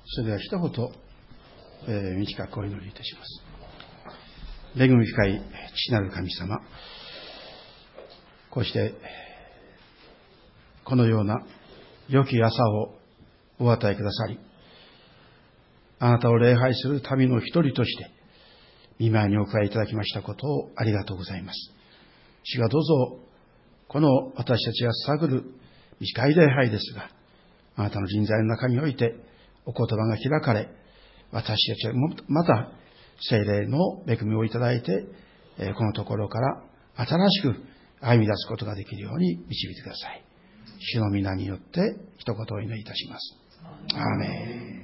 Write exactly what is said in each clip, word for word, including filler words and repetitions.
それでは一言、えー、短くお祈りいたします。恵み深い父なる神様、こうしてこのような良き朝をお与えくださり、あなたを礼拝する民の一人として御前にお加えいただきましたことをありがとうございます。主がどうぞこの私たちが探る短い礼拝ですが、あなたの人材の中においてお言葉が開かれ、私たちはまた聖霊の恵みをいただいて、このところから新しく歩み出すことができるように導いてください。主の皆によって一言お祈りいたします。アーメン。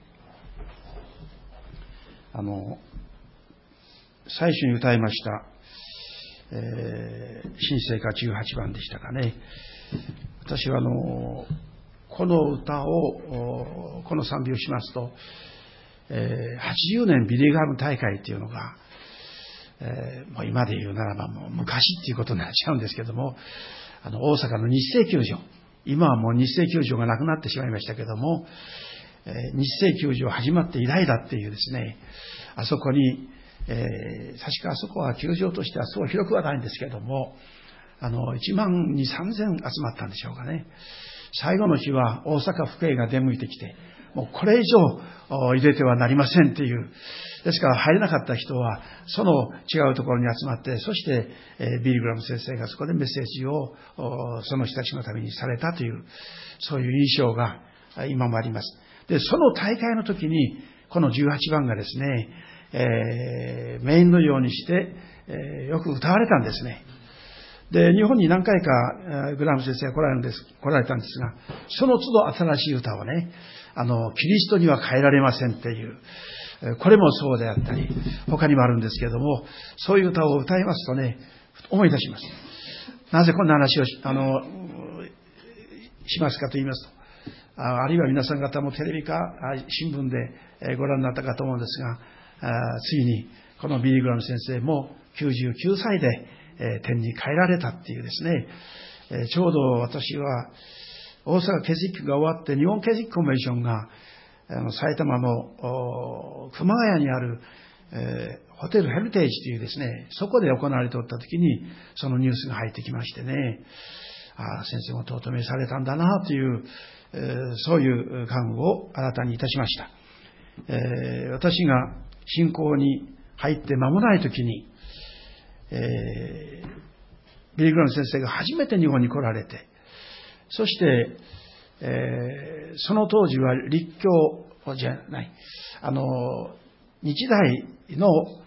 あの最初に歌いました、えー、新聖歌じゅうはちばんでしたかね。私はあのこの歌をこの賛美をしますと、えー、はちじゅうねんビリーガム大会っていうのが、えー、もう今で言うならばもう昔っていうことになっちゃうんですけども、あの大阪の日生球場、今はもう日生球場がなくなってしまいましたけども、えー、日生球場始まって以来だっていうですね、あそこに、えー、確かあそこは球場としてはそう広くはないんですけども、あのいちまんにせんさんぜん集まったんでしょうかね。最後の日は大阪府警が出向いてきて、もうこれ以上入れてはなりませんっていう。ですから入れなかった人はその違うところに集まって、そして、えー、ビリー・グラム先生がそこでメッセージをその人たちのためにされたという、そういう印象が今もあります。で、その大会の時にこのじゅうはちばんがですね、えー、メインのようにして、えー、よく歌われたんですね。で、日本に何回かグラム先生が来られるんです、来られたんですが、その都度新しい歌をね、あの、キリストには変えられませんっていう、これもそうであったり、他にもあるんですけれども、そういう歌を歌いますとね、思い出します。なぜこんな話をし、あの、しますかと言いますと、あ, あるいは皆さん方もテレビか新聞でご覧になったかと思うんですが、あついにこのビリー・グラム先生もきゅうじゅうきゅうさいで天に帰られたっていうですね、ちょうど私は大阪ケジックが終わって日本ケジックコンベンションが埼玉の熊谷にあるホテルヘリテージというですね、そこで行われておった時にそのニュースが入ってきましてね、あ先生も尊めされたんだなという、そういう感悟を新たにいたしました。私が信仰に入って間もない時に、えー、ビリー・グラム先生が初めて日本に来られて、そして、えー、その当時は立教じゃない、あの日大の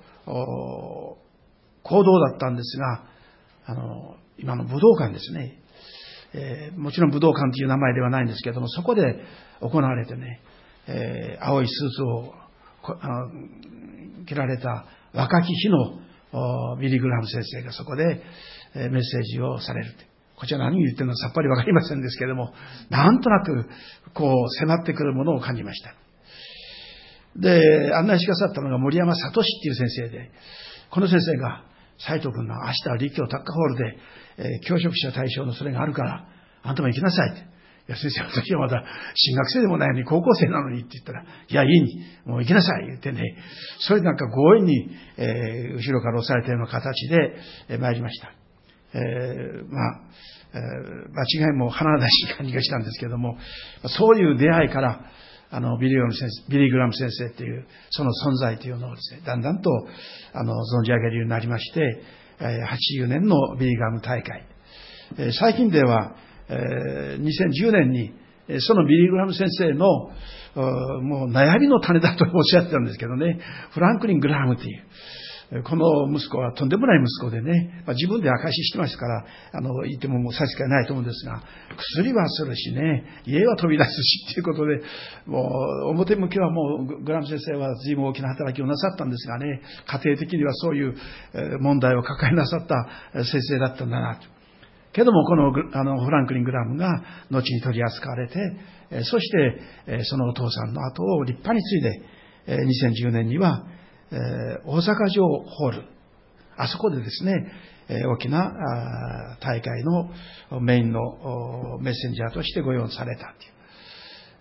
講堂だったんですが、あの今の武道館ですね、えー、もちろん武道館という名前ではないんですけれども、そこで行われてね、えー、青いスーツを着られた若き日のビリー・グラム先生がそこでメッセージをされる。こちら何を言ってるのかさっぱりわかりませんですけれども、なんとなくこう迫ってくるものを感じました。で、案内してくださったのが森山聡っていう先生で、この先生が斉藤君の明日は立教タッカホールで、えー、教職者対象のそれがあるからあんたも行きなさいって。いや先生、私はまだ新学生でもないのに高校生なのにって言ったら、いやいいにもう行きなさい言ってね、それでなんか強引に、えー、後ろから押されたような形で、えー、参りました。えー、まあ、えー、間違いも華々しい感じがしたんですけども、そういう出会いからあのビリー・先生、ビリー・グラム先生っていうその存在というのをですね、だんだんとあの存じ上げるようになりまして、えー、はちじゅうねんのビリー・グラム大会、えー、最近では、えー、にせんじゅうねんにそのビリー・グラム先生のもう悩みの種だとおっしゃってたんですけどね、フランクリン・グラムというこの息子はとんでもない息子でね、まあ、自分で証ししてましたから、あの、言ってももう差し支えないと思うんですが、薬はするしね、家は飛び出すしっていうことで、もう表向きはもうグラム先生は随分大きな働きをなさったんですがね、家庭的にはそういう問題を抱えなさった先生だったんだなと。けどもこの、あのフランクリン・グラムが後に取り扱われて、そしてそのお父さんの後を立派に継いで、にせんじゅうねんにはえー、大阪城ホール、あそこでですね、えー、大きな大会のメインのメッセンジャーとしてご用意されたという、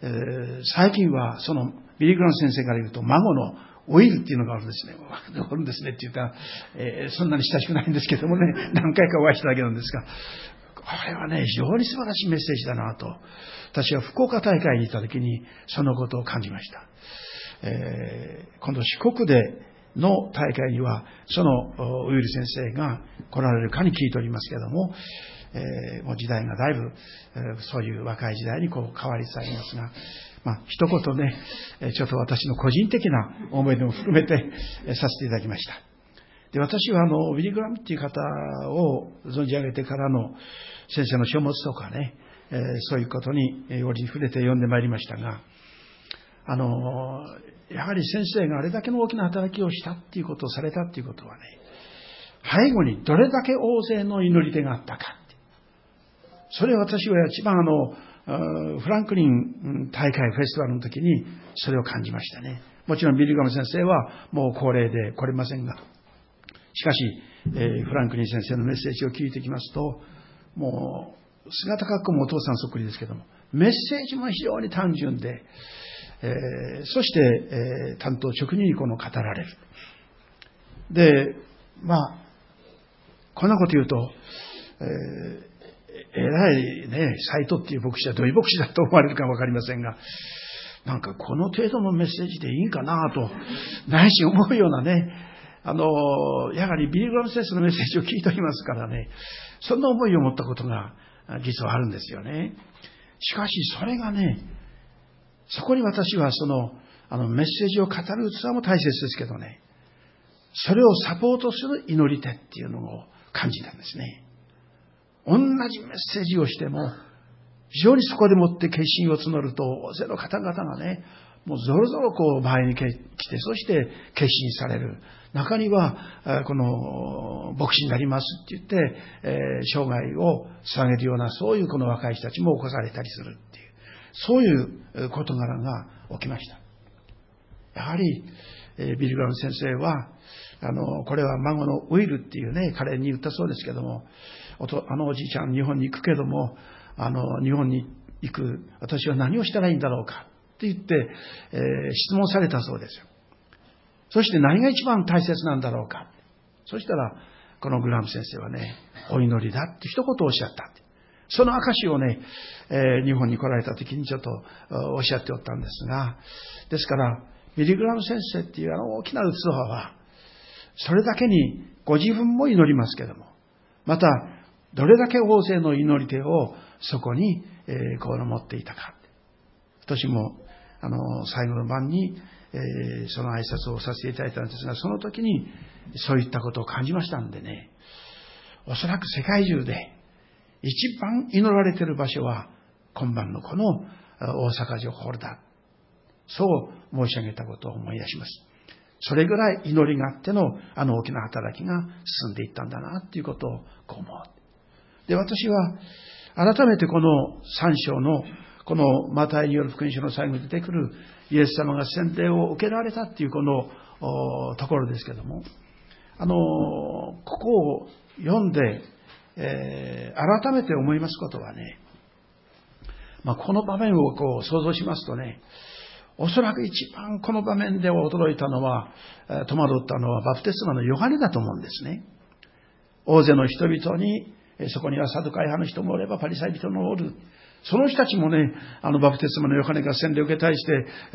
えー、最近はそのビリー・グラム先生から言うと孫のオイルっていうのがあるんですね。あるんですねっていうか、えー、そんなに親しくないんですけどもね、何回かお会いしただけなんですが、これはね、非常に素晴らしいメッセージだなと、私は福岡大会に行った時にそのことを感じました。えー、今度四国での大会にはそのウィル先生が来られるかに聞いておりますけれども、えー、もう時代がだいぶ、えー、そういう若い時代にこう変わりつつありますが、まあ一言ね、ちょっと私の個人的な思い出も含めてさせていただきました。で、私はあのウィリー・グラムっていう方を存じ上げてからの先生の書物とかね、えー、そういうことに折に触れて読んでまいりましたが、あのやはり先生があれだけの大きな働きをしたっていうことをされたっていうことはね、背後にどれだけ大勢の祈り手があったか、それを私は一番あのフランクリン大会フェスティバルの時にそれを感じましたね。もちろんビリー・グラム先生はもう高齢で来れませんが、しかし、えー、フランクリン先生のメッセージを聞いてきますと、もう姿格好もお父さんそっくりですけども、メッセージも非常に単純で、えー、そして、えー、担当直入にこの語られる。で、まあこんなこと言うと、えーえらいね、サイトっていう牧師はどういう牧師だと思われるかわかりませんが、なんかこの程度のメッセージでいいかなと、内心思うようなね、あの、やはりビリー・グラム先生のメッセージを聞いておりますからね、そんな思いを持ったことが実はあるんですよね。しかしそれがね、そこに私はその、あのメッセージを語る器も大切ですけどね、それをサポートする祈り手っていうのを感じたんですね。同じメッセージをしても、非常にそこでもって決心を募ると、大勢の方々がね、もうぞろぞろこう前に来て、そして決心される。中には、この牧師になりますって言って、えー、生涯を捧げるような、そういうこの若い人たちも起こされたりするっていう、そういう事柄が起きました。やはり、えー、ビリー・グラム先生は、あの、これは孫のウィルっていうね、彼に言ったそうですけども、あのおじいちゃん日本に行くけども、あの日本に行く私は何をしたらいいんだろうかって言って、えー、質問されたそうですよ。そして何が一番大切なんだろうか。そしたらこのグラム先生はね、お祈りだって一言おっしゃった。その証をね、えー、日本に来られた時にちょっとおっしゃっておったんですが、ですからビリー・グラム先生っていうあの大きな器は、それだけにご自分も祈りますけども、またどれだけ大勢の祈り手をそこに、えー、こう持っていたか。私もあの最後の晩に、えー、その挨拶をさせていただいたんですが、その時にそういったことを感じましたんでね、おそらく世界中で一番祈られている場所は今晩のこの大阪城ホールだ。そう申し上げたことを思い出します。それぐらい祈りがあってのあの大きな働きが進んでいったんだなということをこう思う。で、私は改めてこの三章のこのマタイによる福音書の最後に出てくるイエス様が洗礼を受けられたっていうこのところですけども、あのここを読んで、えー、改めて思いますことはね、まあ、この場面をこう想像しますとね、おそらく一番この場面で驚いたのは、戸惑ったのはバプテスマのヨハネだと思うんですね。大勢の人々に、そこにはサドカイ派の人もおればパリサイ人もおる。その人たちもね、あのバプテスマのヨハネが洗礼を受け対して、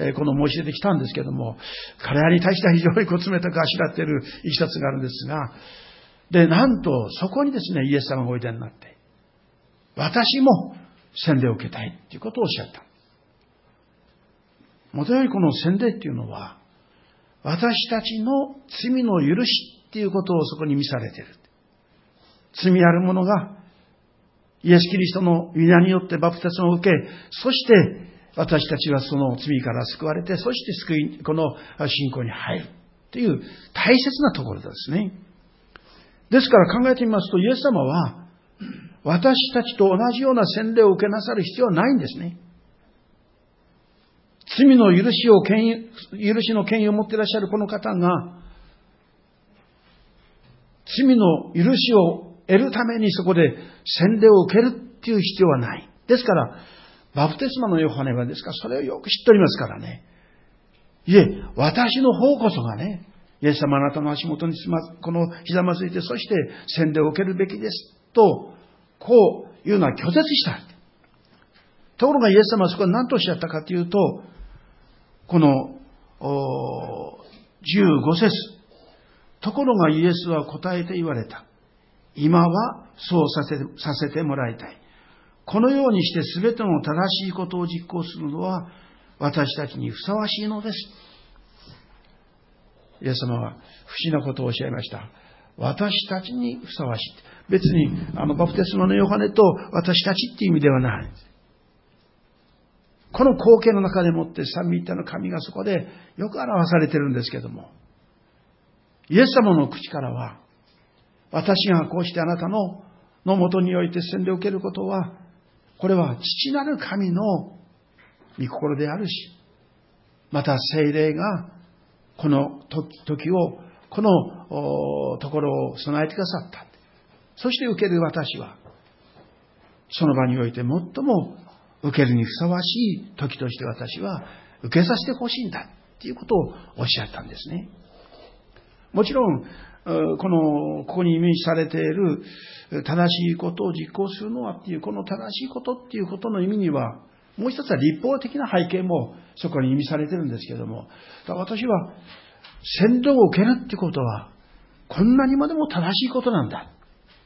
この申し出てきたんですけども、彼らに対しては非常にこう冷たくあしらっているいきさつがあるんですが、で、なんとそこにですね、イエス様がおいでになって、私も洗礼を受けたいということをおっしゃった。もとよりこの洗礼っていうのは、私たちの罪の許しっていうことをそこに見されている。罪ある者がイエス・キリストの皆によってバプテスマを受け、そして私たちはその罪から救われて、そして救い、この信仰に入るという大切なところですね。ですから考えてみますと、イエス様は私たちと同じような洗礼を受けなさる必要はないんですね。罪の許しを権威、許しの権威を持っていらっしゃるこの方が、罪の許しを得るためにそこで洗礼を受けるっていう必要はない。ですから、 バプテスマのヨハネはですから、それをよく知っておりますからね。いえ、私の方こそがね、イエス様あなたの足元にこのひざまずいて、そして洗礼を受けるべきですと、こういうのは拒絶した。ところがイエス様はそこは何とおっしゃったかというと、このじゅうご節、ところがイエスは答えて言われた。今はそうさせ、させてもらいたい。このようにしてすべての正しいことを実行するのは私たちにふさわしいのです。イエス様は不思議なことをおっしゃいました。私たちにふさわしい。別にあのバプテスマのヨハネと私たちっていう意味ではない。この光景の中でもって三位一体の神がそこでよく表されているんですけども、イエス様の口からは、私がこうしてあなたののもとにおいて洗礼を受けることは、これは父なる神の御心であるし、また聖霊がこの時を、このところを備えてくださった。そして受ける私は、その場において最も受けるにふさわしい時として私は受けさせてほしいんだということをおっしゃったんですね。もちろん、この、ここにイメージされている正しいことを実行するのはっていう、この正しいことっていうことの意味には、もう一つは立法的な背景もそこに意味されているんですけれども、私は洗礼を受けるっていうことは、こんなにまでも正しいことなんだ。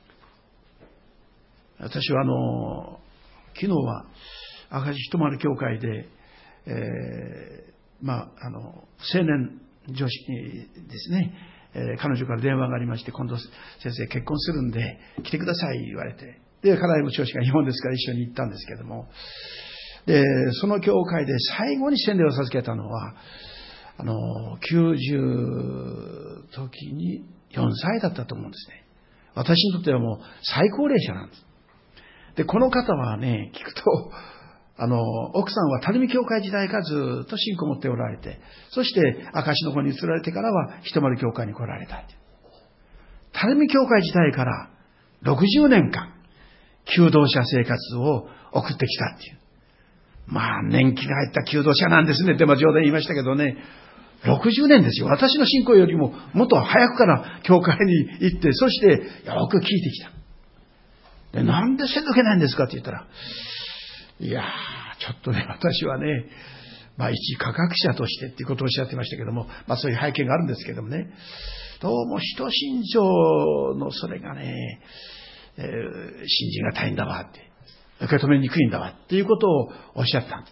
私はあの、昨日は、明石ひとまる教会で、えー、まあ、あの、青年女子ですね、えー、彼女から電話がありまして、今度先生結婚するんで来てください言われて、で、家内も調子が日本ですから一緒に行ったんですけども、で、その教会で最後に洗礼を授けたのは、あの、きゅうじゅう時によんさいだったと思うんですね。私にとってはもう最高齢者なんです。で、この方はね、聞くと、あの、奥さんは垂水教会時代からずっと信仰を持っておられて、そして明石の方に移られてからはひとまる教会に来られた。垂水教会時代からろくじゅうねんかん、求道者生活を送ってきたっていう。まあ、年季が入った求道者なんですねって、まあ、冗談言いましたけどね、ろくじゅうねんですよ。私の信仰よりももっと早くから教会に行って、そしてよく聞いてきた。で、なんで洗礼受けないんですかって言ったら、いやー、ちょっとね、私はね、まあ一科学者としてっていうことをおっしゃってましたけども、まあそういう背景があるんですけどもね、どうも人信条のそれがね、えー、信じがたいんだわって、受け止めにくいんだわっていうことをおっしゃったんです。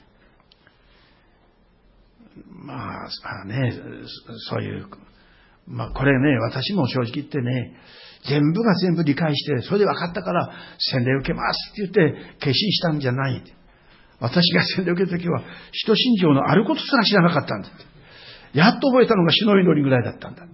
まあね、そういう、まあこれね、私も正直言ってね、全部が全部理解して、それで分かったから洗礼を受けますって言って決心したんじゃない。私が洗礼を受けたときは、人信条のあることすら知らなかったんだ。やっと覚えたのが主の祈りぐらいだったんだ。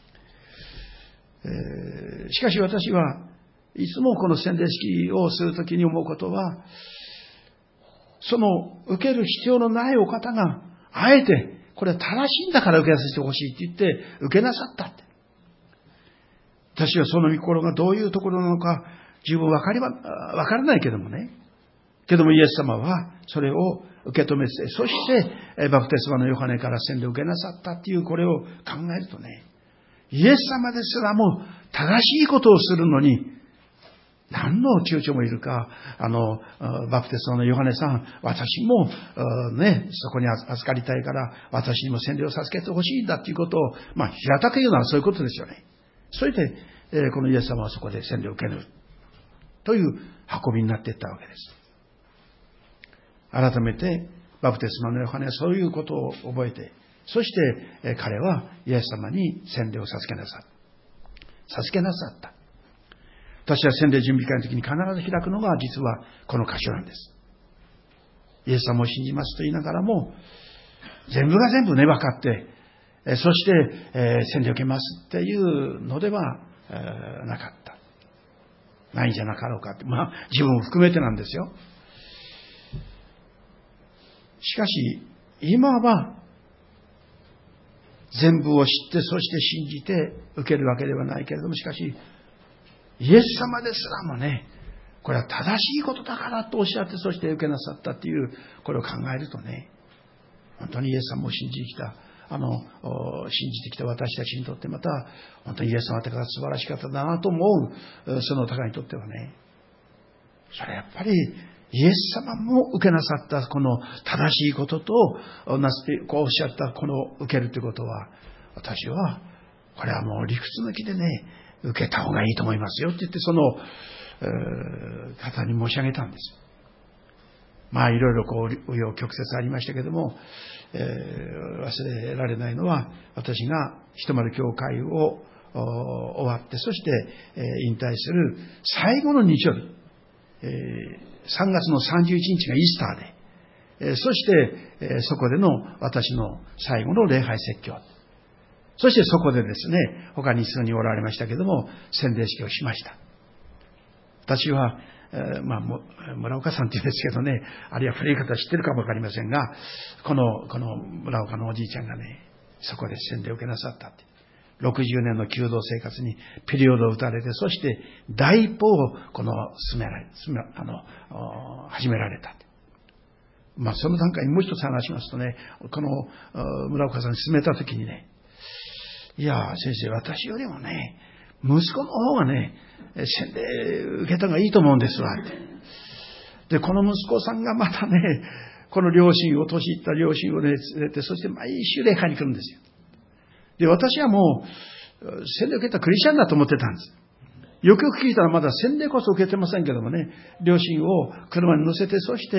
えー、しかし私はいつもこの洗礼式をするときに思うことは、その受ける必要のないお方が、あえて、これは正しいんだから受けさせてほしいって言って、受けなさったって。私はその御心がどういうところなのか、十分わかりま、わからないけどもね。けどもイエス様はそれを受け止めて、そしてバプテスマのヨハネから洗礼を受けなさったっていうこれを考えるとね、イエス様ですらも正しいことをするのに、何の躊躇もいるか、あの、バプテスマのヨハネさん、私も、ね、そこに預かりたいから、私にも洗礼を授けてほしいんだっていうことを、まあ、平たく言うのはそういうことですよね。それで、このイエス様はそこで洗礼を受けるという運びになっていったわけです。改めて、バプテスマのヨハネはそういうことを覚えて、そして彼はイエス様に洗礼を授けなさった。授けなさった。私は洗礼準備会の時に必ず開くのが実はこの箇所なんです。イエス様を信じますと言いながらも、全部が全部ね、分かって、そして、えー、洗礼を受けますっていうのでは、えー、なかった。ないんじゃなかろうかって。まあ、自分を含めてなんですよ。しかし、今は、全部を知って、そして信じて受けるわけではないけれども、しかし、イエス様ですらもね、 これは正しいことだからとおっしゃって、そして受けなさったっていう、これを考えるとね、本当にイエス様を信じてきた、あの、信じてきた私たちにとってまた、本当にイエス様が素晴らしかっただなと思う、その方にとってはね、それはやっぱり、イエス様も受けなさったこの正しいこととなすって、こうおっしゃったこの受けるということは、私は、これはもう理屈抜きでね、受けた方がいいと思いますよって言って、その、えー、方に申し上げたんです。まあいろいろこう、紆余曲折ありましたけども、えー、忘れられないのは、私がひとまる教会を終わって、そして、えー、引退する最後の日曜日、えーさんがつのさんじゅういちにちがイースターで、そしてそこでの私の最後の礼拝説教。そしてそこでですね、他に数人おられましたけども、洗礼式をしました。私は、まあ、村岡さんって言うんですけどね、あるいは古い方知ってるかもわかりませんが、この、この村岡のおじいちゃんがね、そこで洗礼を受けなさったって。ろくじゅうねんの弓道生活にピリオドを打たれて、そして第一歩をこの進められ、進め、あの、始められた。まあその段階にもう一つ話しますとね、この村岡さんに進めたときにね、いや先生、私よりもね、息子の方がね、洗礼受けた方がいいと思うんですわって。で、この息子さんがまたね、この両親を、年いった両親を連れて、そして毎週礼拝に来るんですよ。で、私はもう、洗礼を受けたクリスチャンだと思ってたんです。よくよく聞いたらまだ洗礼こそ受けてませんけどもね、両親を車に乗せて、そして、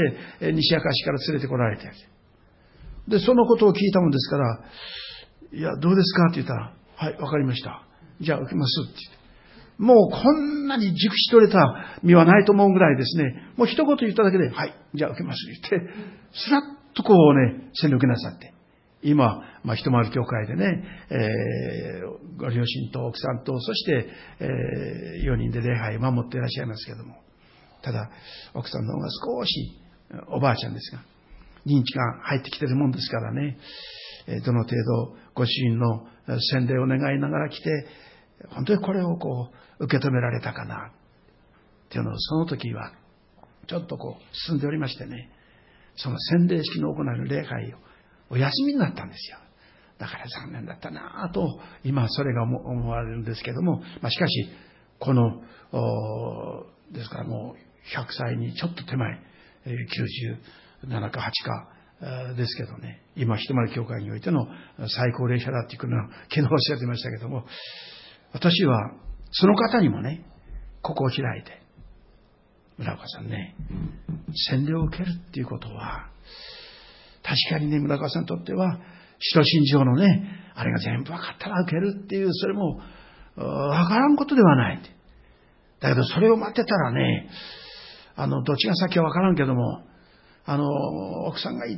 西明石から連れてこられて。で、そのことを聞いたもんですから、いや、どうですかって言ったら、はい、わかりました。じゃあ受けますって言って。もうこんなに熟し取れた身はないと思うぐらいですね、もう一言言っただけで、はい、じゃあ受けますって言って、スラッとこうね、洗礼を受けなさって。今、まあ、ひとまる教会でね、えー、ご両親と奥さんと、そして、えー、よにんで礼拝を守っていらっしゃいますけども、ただ、奥さんの方が少し、おばあちゃんですが、認知が入ってきてるもんですからね、どの程度、ご主人の洗礼を願いながら来て、本当にこれをこう、受け止められたかな、っていうのを、その時は、ちょっとこう、進んでおりましてね、その洗礼式の行われる礼拝を、お休みになったんですよ。だから残念だったなぁと、今それが思われるんですけども、まあ、しかし、この、ですからもうひゃくさいにちょっと手前、きゅうじゅうななかはちかですけどね、今、ひとまる教会においての最高齢者だっていうのは、昨日おっしゃってましたけども、私はその方にもね、ここを開いて、村岡さんね、洗礼を受けるっていうことは、確かにね、村川さんにとっては、使徒信条のね、あれが全部分かったら受けるっていう、それも、分からんことではない。だけど、それを待ってたらね、あの、どっちが先は分からんけども、あの、奥さんが言って、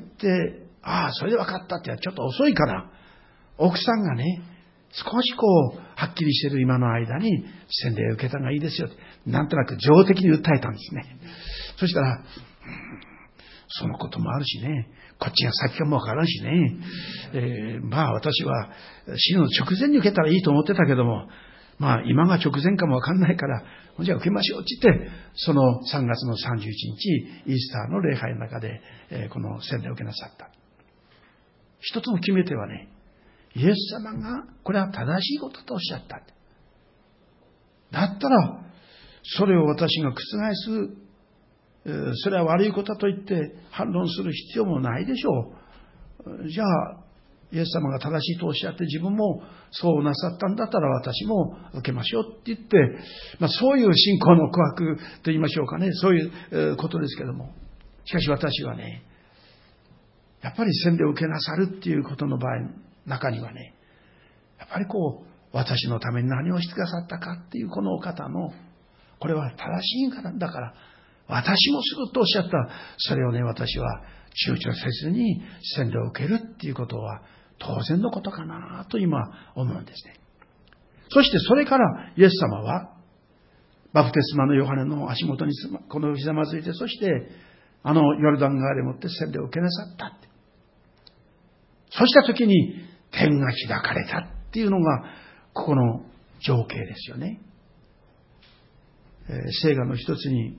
ああ、それで分かったってちょっと遅いから、奥さんがね、少しこう、はっきりしてる今の間に、洗礼を受けた方がいいですよって、なんとなく情的に訴えたんですね。そしたら、そのこともあるしね、こっちが先かもわからんしね、えー、まあ私は死ぬの直前に受けたらいいと思ってたけども、まあ今が直前かもわかんないから、じゃあ受けましょうって言って、そのさんがつのさんじゅういちにち、イースターの礼拝の中で、えー、この洗礼を受けなさった。一つの決め手はね、イエス様がこれは正しいこととおっしゃった。だったら、それを私が覆す、それは悪いことと言って反論する必要もないでしょう。じゃあ、イエス様が正しいとおっしゃって自分もそうなさったんだったら私も受けましょうって言って、まあ、そういう信仰の告白と言いましょうかね、そういうことですけども。しかし私はね、やっぱり洗礼を受けなさるっていうことの場合、中にはね、やっぱりこう、私のために何をしてくださったかっていうこのお方の、これは正しいからだから、私もするとおっしゃった。それをね、私は躊躇せずに洗礼を受けるっていうことは当然のことかなと今思うんですね。そしてそれからイエス様はバプテスマのヨハネの足元にこのひざまずいて、そしてあのヨルダン川でもって洗礼を受けなさったって。そうした時に天が開かれたっていうのがここの情景ですよね。えー、聖画の一つに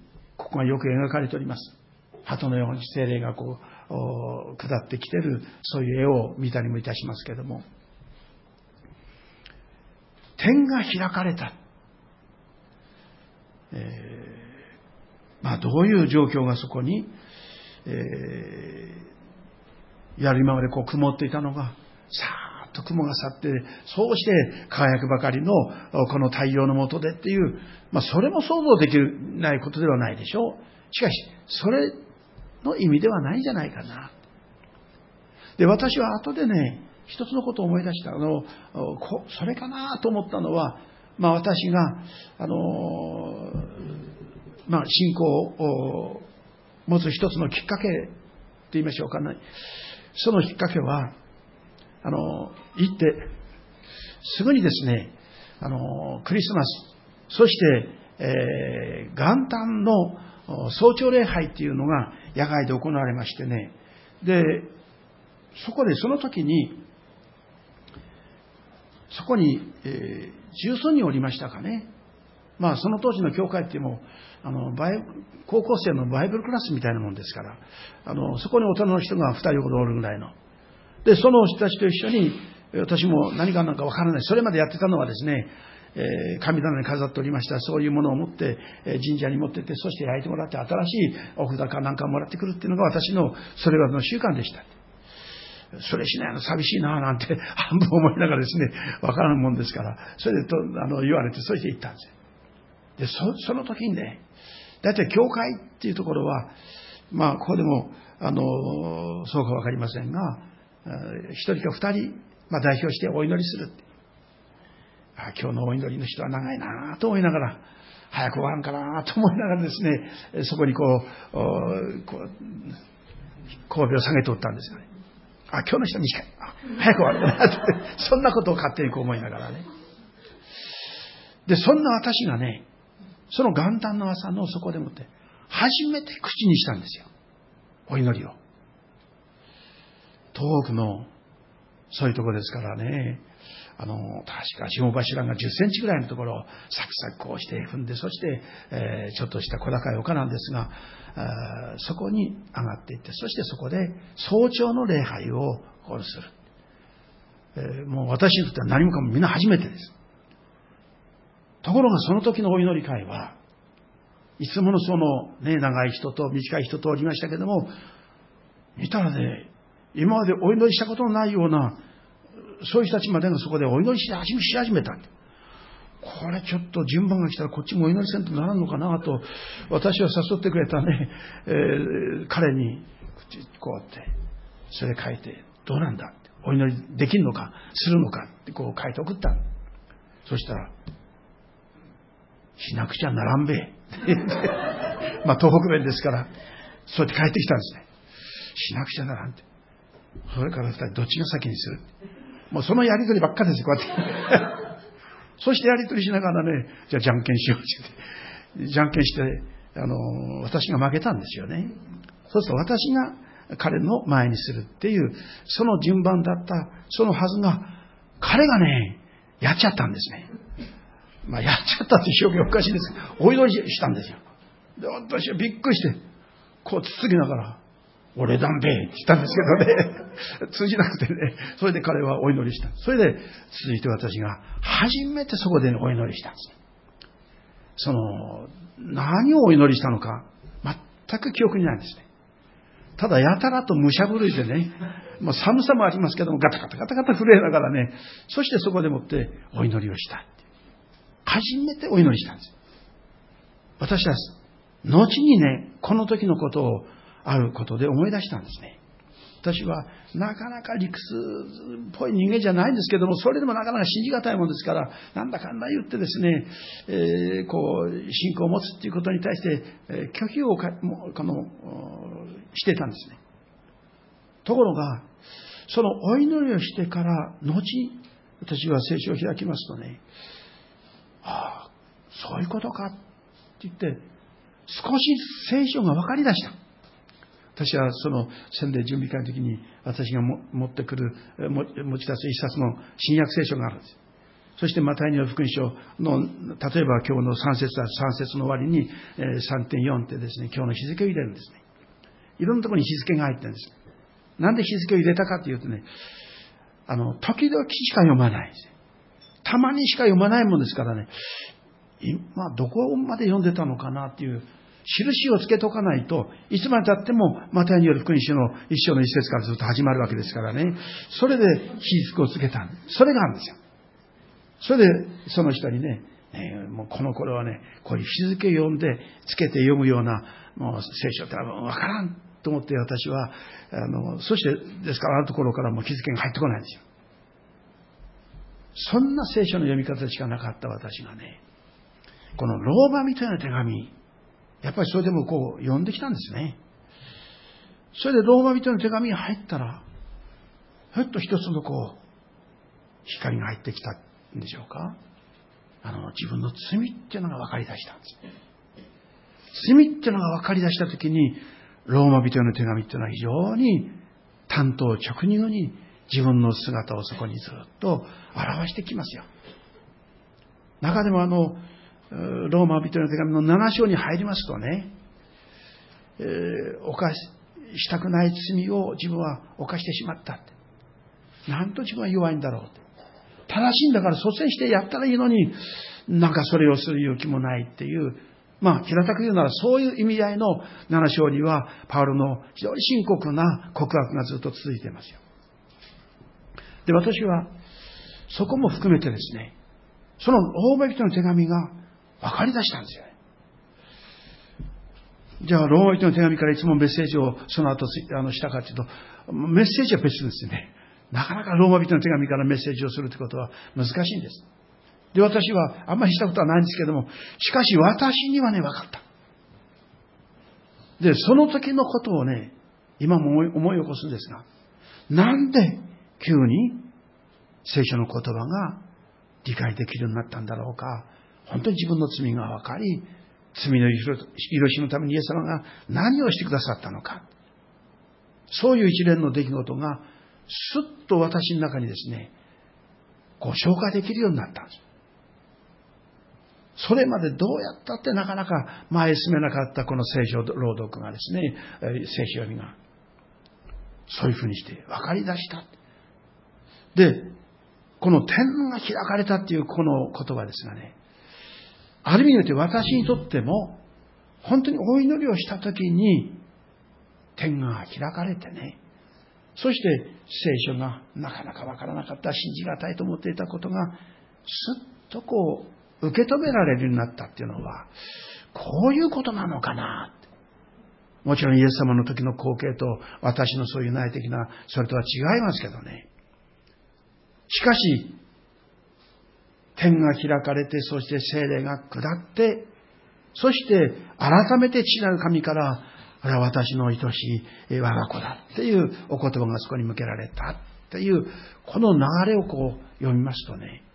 ここがよく描かれております。鳩のように精霊がこう下ってきている、そういう絵を見たりもいたしますけれども、天が開かれた、えー、まあどういう状況がそこに、えー、やる今までこう曇っていたのがさーっと雲が去って、そうして輝くばかりのこの太陽の下でっていう、まあそれも想像できないことではないでしょう。しかしそれの意味ではないんじゃないかな。で、私は後でね、一つのことを思い出した。あの、それかなと思ったのは、まあ私が、あの、まあ信仰を持つ一つのきっかけと言いましょうかね。そのきっかけは、あの、行って、すぐにですね、あの、クリスマス、そして、えー、元旦の早朝礼拝っていうのが野外で行われましてね。で、そこでその時に、そこに、えー、十数人おりましたかね。まあその当時の教会ってもあのバイ高校生のバイブルクラスみたいなもんですから、あのそこに大人の人が二人ほどおるぐらいの。で、その人たちと一緒に、私も何かなんかわからない。それまでやってたのはですね、えー、神棚に飾っておりましたそういうものを持って、えー、神社に持ってって、そして焼いてもらって新しいお札かなんかもらってくるっていうのが私のそれまでの習慣でした。それしないの寂しいななんて半分思いながらですね、わからんもんですから、それでとあの言われて、そして行ったんですよ。で、そ、その時にね、だいたい教会っていうところは、まあここでもあのそうかわかりませんが、一人か二人、まあ、代表してお祈りするって。あ、今日のお祈りの人は長いなと思いながら、早く終わらんかなと思いながらですね、そこにこう、こう神戸を下げておったんですよね。あ、今日の人短い。あ、早く終わるかなって、そんなことを勝手にこう思いながらね。で、そんな私がね、その元旦の朝のそこでもって、初めて口にしたんですよ。お祈りを。東北の、そういうところですからね、あの、確か霜柱がじゅっセンチぐらいのところをサクサクこうして踏んで、そして、えー、ちょっとした小高い丘なんですが、そこに上がっていって、そしてそこで早朝の礼拝をこうする。えー、もう私にとっては何もかもみんな初めてです。ところがその時のお祈り会はいつものそのね、長い人と短い人とおりましたけども、見たらね、今までお祈りしたことのないようなそういう人たちまでがそこでお祈りし始め、し始めた。これちょっと順番が来たらこっちもお祈りせんとならんのかなと、私を誘ってくれたね、えー、彼にこうやってそれ書いて、どうなんだって、お祈りできるのかするのかってこう書いて送った。そしたら、しなくちゃならんべえまあ東北弁ですから、そうやって帰ってきたんですね。しなくちゃならんって。それから二人どっちが先にする。もうそのやりとりばっかですよ、こうやって。そしてやりとりしながらね、じゃあじゃんけんしようって。じゃんけんして、あの、私が負けたんですよね。そうすると私が彼の前にするっていう、その順番だった、そのはずが、彼がね、やっちゃったんですね。まあ、やっちゃったって表現おかしいですけど、お祈りしたんですよ。で、私はびっくりして、こうつつきながら、俺だんべえって言ったんですけどね、通じなくてね、それで彼はお祈りした。それで続いて私が初めてそこでお祈りしたんです。その何をお祈りしたのか全く記憶にないんですね。ただやたらと武者震いでね、まあ、寒さもありますけどもガタガタガタガタ震えながらね、そしてそこでもってお祈りをした。初めてお祈りしたんです。私は後にね、この時のことをあることで思い出したんですね。私はなかなか理屈っぽい人間じゃないんですけども、それでもなかなか信じがたいもんですから、なんだかんだ言ってですね、えー、こう信仰を持つっていうことに対して、えー、拒否をかこのしてたんですね。ところがそのお祈りをしてから後、私は聖書を開きますとね、ああそういうことかって言って少し聖書が分かりだした。私はその洗礼準備会の時に私がも持ってくる持ち出す一冊の新約聖書があるんです。 そしてマタイによる福音書の、例えば今日のさん節だ、さん節の終わりに さんてんよん ってですね、今日の日付を入れるんですね。いろんなところに日付が入ってるんです。なんで日付を入れたかというとね、あの、時々しか読まないんですよ。たまにしか読まないもんですからね、今どこまで読んでたのかなっていう印をつけとかないと、いつまで経ってもマタイによる福音書の一章の一節からずっと始まるわけですからね。それで日付をつけた。それがあるんですよ。それでその人にね、ねもうこの頃はね、こういう日付を読んでつけて読むようなもう聖書ってわからんと思って私は、あの、そしてですからあるところからもう日付が入ってこないんですよ。そんな聖書の読み方しかなかった私がね、このローマ人への手紙、やっぱりそれでもこう読んできたんですね。それでローマ人への手紙が入ったら、ふっと一つのこう、光が入ってきたんでしょうか。あの、自分の罪っていうのが分かり出したんです。罪っていうのが分かり出したときに、ローマ人への手紙っていうのは非常に単刀直入に自分の姿をそこにずっと表してきますよ。中でもあの、ローマ人への手紙のなな章に入りますとね、えー、犯したくない罪を自分は犯してしまったって。なんと自分は弱いんだろうって。正しいんだから率先してやったらいいのに、なんかそれをする勇気もないっていう、まあ平たく言うならそういう意味合いのなな章にはパウロの非常に深刻な告白がずっと続いていますよ。で、私はそこも含めてですね、そのローマ人の手紙が分かり出したんですよね。じゃあローマ人の手紙からいつもメッセージをその後あのしたかというと、メッセージは別ですね。なかなかローマ人の手紙からメッセージをするということは難しいんです。で、私はあんまりしたことはないんですけども、しかし私にはね、分かった。で、その時のことをね、今も思い起こすんですが、なんで急に聖書の言葉が理解できるようになったんだろうか。本当に自分の罪が分かり、罪の許しのためにイエス様が何をしてくださったのか。そういう一連の出来事がすっと私の中にですね、こう消化できるようになったんです。それまでどうやったってなかなか前進めなかったこの聖書朗読がですね、聖書読みがそういうふうにして分かり出した。で、この天が開かれたっていうこの言葉ですがね、ある意味によって私にとっても本当にお祈りをしたときに天が開かれてね、そして聖書がなかなかわからなかった、信じがたいと思っていたことがすっとこう受け止められるようになったっていうのはこういうことなのかなって。もちろんイエス様の時の光景と私のそういう内的なそれとは違いますけどね。しかし天が開かれて、そして聖霊が下って、そして改めて父なる神から、これは私の愛しい我が子だっていうお言葉がそこに向けられたっていう、この流れをこう読みますとね、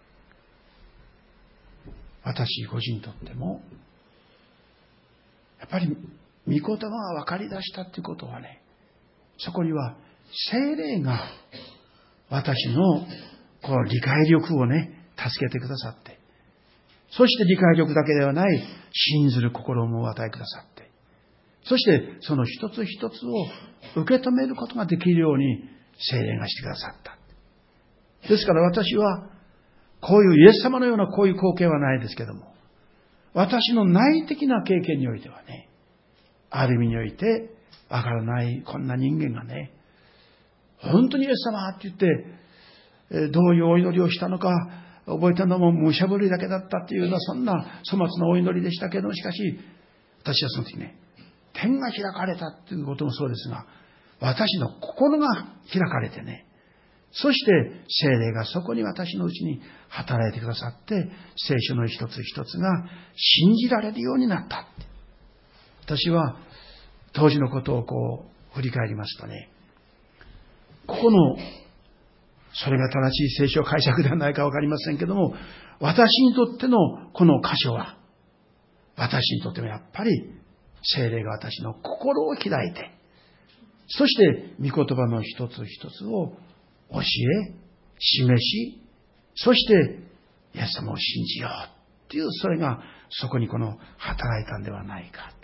私個人にとっても、やっぱり御言葉が分かり出したっていうことはね、そこには聖霊が私のこの理解力をね、助けてくださって、そして理解力だけではない信ずる心もお与えくださって、そしてその一つ一つを受け止めることができるように聖霊がしてくださった。ですから私はこういうイエス様のようなこういう光景はないですけども、私の内的な経験においてはね、ある意味においてわからないこんな人間がね、本当にイエス様って言ってどういうお祈りをしたのか覚えたのも武者震いだけだったっていうような、そんな粗末なお祈りでしたけど、しかし私はその時ね、天が開かれたっていうこともそうですが、私の心が開かれてね、そして聖霊がそこに私のうちに働いてくださって、聖書の一つ一つが信じられるようになったって。私は当時のことをこう振り返りますとね、ここのそれが正しい聖書解釈ではないかわかりませんけども、私にとってのこの箇所は、私にとってもやっぱり聖霊が私の心を開いて、そして御言葉の一つ一つを教え、示し、そしてイエス様を信じようっていう、それがそこにこの働いたんではないか。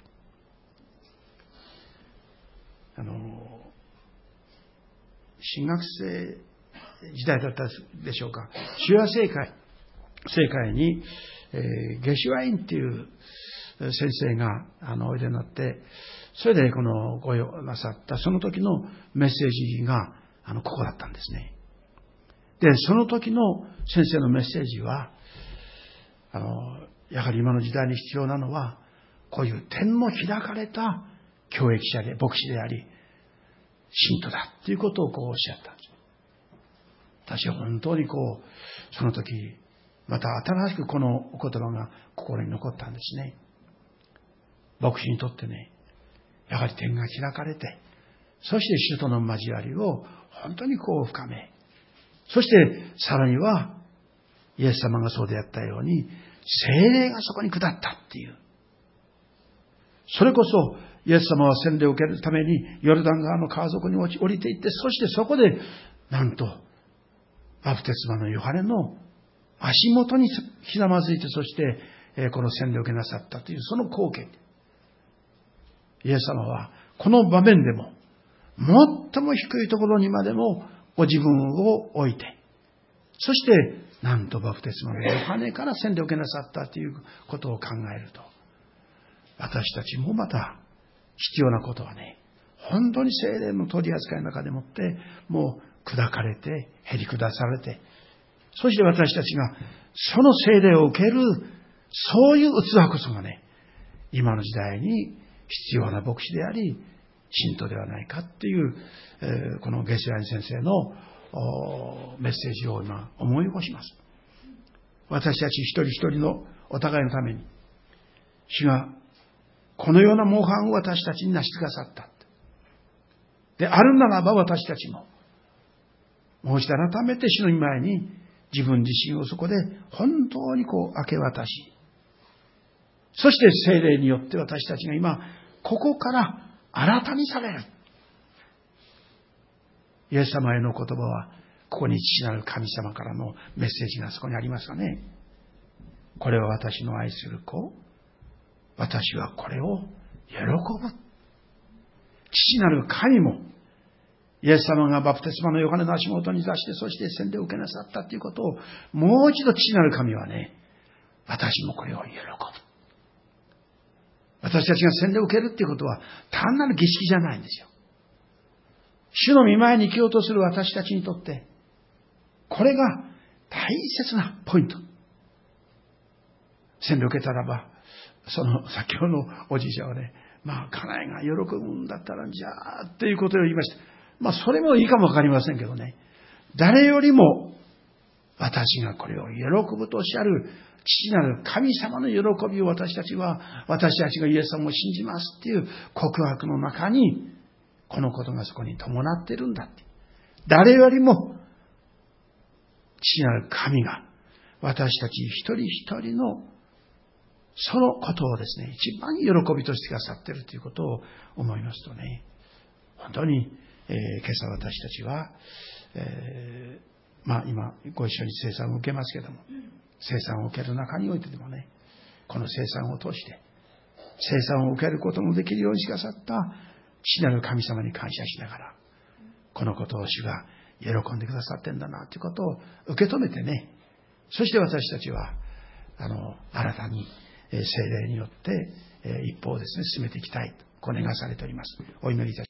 あの新学生時代だったでしょうか。主和聖会聖会に、えー、ゲシュワインっていう先生があのおいでになって、それでこのご用なさったその時のメッセージがあのここだったんですね。で、その時の先生のメッセージは、あのやはり今の時代に必要なのは、こういう天の開かれた教益者で牧師であり信徒だということをこうおっしゃったんです。私は本当にこうその時また新しくこのお言葉が心に残ったんですね。牧師にとってね、やはり天が開かれて、そして主との交わりを本当にこう深め、そしてさらにはイエス様がそうであったように聖霊がそこに下ったっていう、それこそイエス様は洗礼を受けるためにヨルダン川の川底に降りていって、そしてそこでなんとバプテスマのヨハネの足元にひざまずいて、そしてこの洗礼を受けなさったというその光景。イエス様はこの場面でも最も低いところにまでもご自分を置いて、そしてなんとバプテスマのヨハネから洗礼を受けなさったということを考えると、私たちもまた必要なことはね、本当に聖霊の取り扱いの中でもってもう砕かれてへり下されて、そして私たちがその聖霊を受ける、そういう器こそがね、今の時代に必要な牧師であり信徒ではないかっていう、えー、このゲシュワイン先生のメッセージを今思い起こします。私たち一人一人のお互いのために主がこのような模範を私たちになしてくださった。であるならば、私たちももう一度改めて主の御前に自分自身をそこで本当にこう明け渡し、そして聖霊によって私たちが今ここから新たにされる。イエス様への言葉はここに父なる神様からのメッセージがそこにありますがね、これは私の愛する子、私はこれを喜ぶ。父なる神もイエス様がバプテスマのヨハネの足元に座して、そして洗礼を受けなさったということをもう一度父なる神はね、私もこれを喜ぶ。私たちが洗礼を受けるっていうことは単なる儀式じゃないんですよ。主の御前に生きようとする私たちにとってこれが大切なポイント。洗礼を受けたらば、その先ほどのおじいちゃんはね、まあ家内が喜ぶんだったらじゃあっていうことを言いました。まあそれもいいかもわかりませんけどね、誰よりも私がこれを喜ぶとおっしゃる父なる神様の喜びを私たちは、私たちがイエス様を信じますっていう告白の中にこのことがそこに伴っているんだって。誰よりも父なる神が私たち一人一人のそのことをですね、一番喜びとしてくださっているということを思いますとね、本当に、えー、今朝私たちは、えー、まあ今ご一緒に聖餐を受けますけども、聖餐を受ける中においてでもね、この聖餐を通して聖餐を受けることもできるようにしてくださった父なる神様に感謝しながら、このことを主が喜んでくださってんだなということを受け止めてね、そして私たちはあの新たに聖霊によって一歩をですね進めていきたいとお願いされております。お祈りいたします。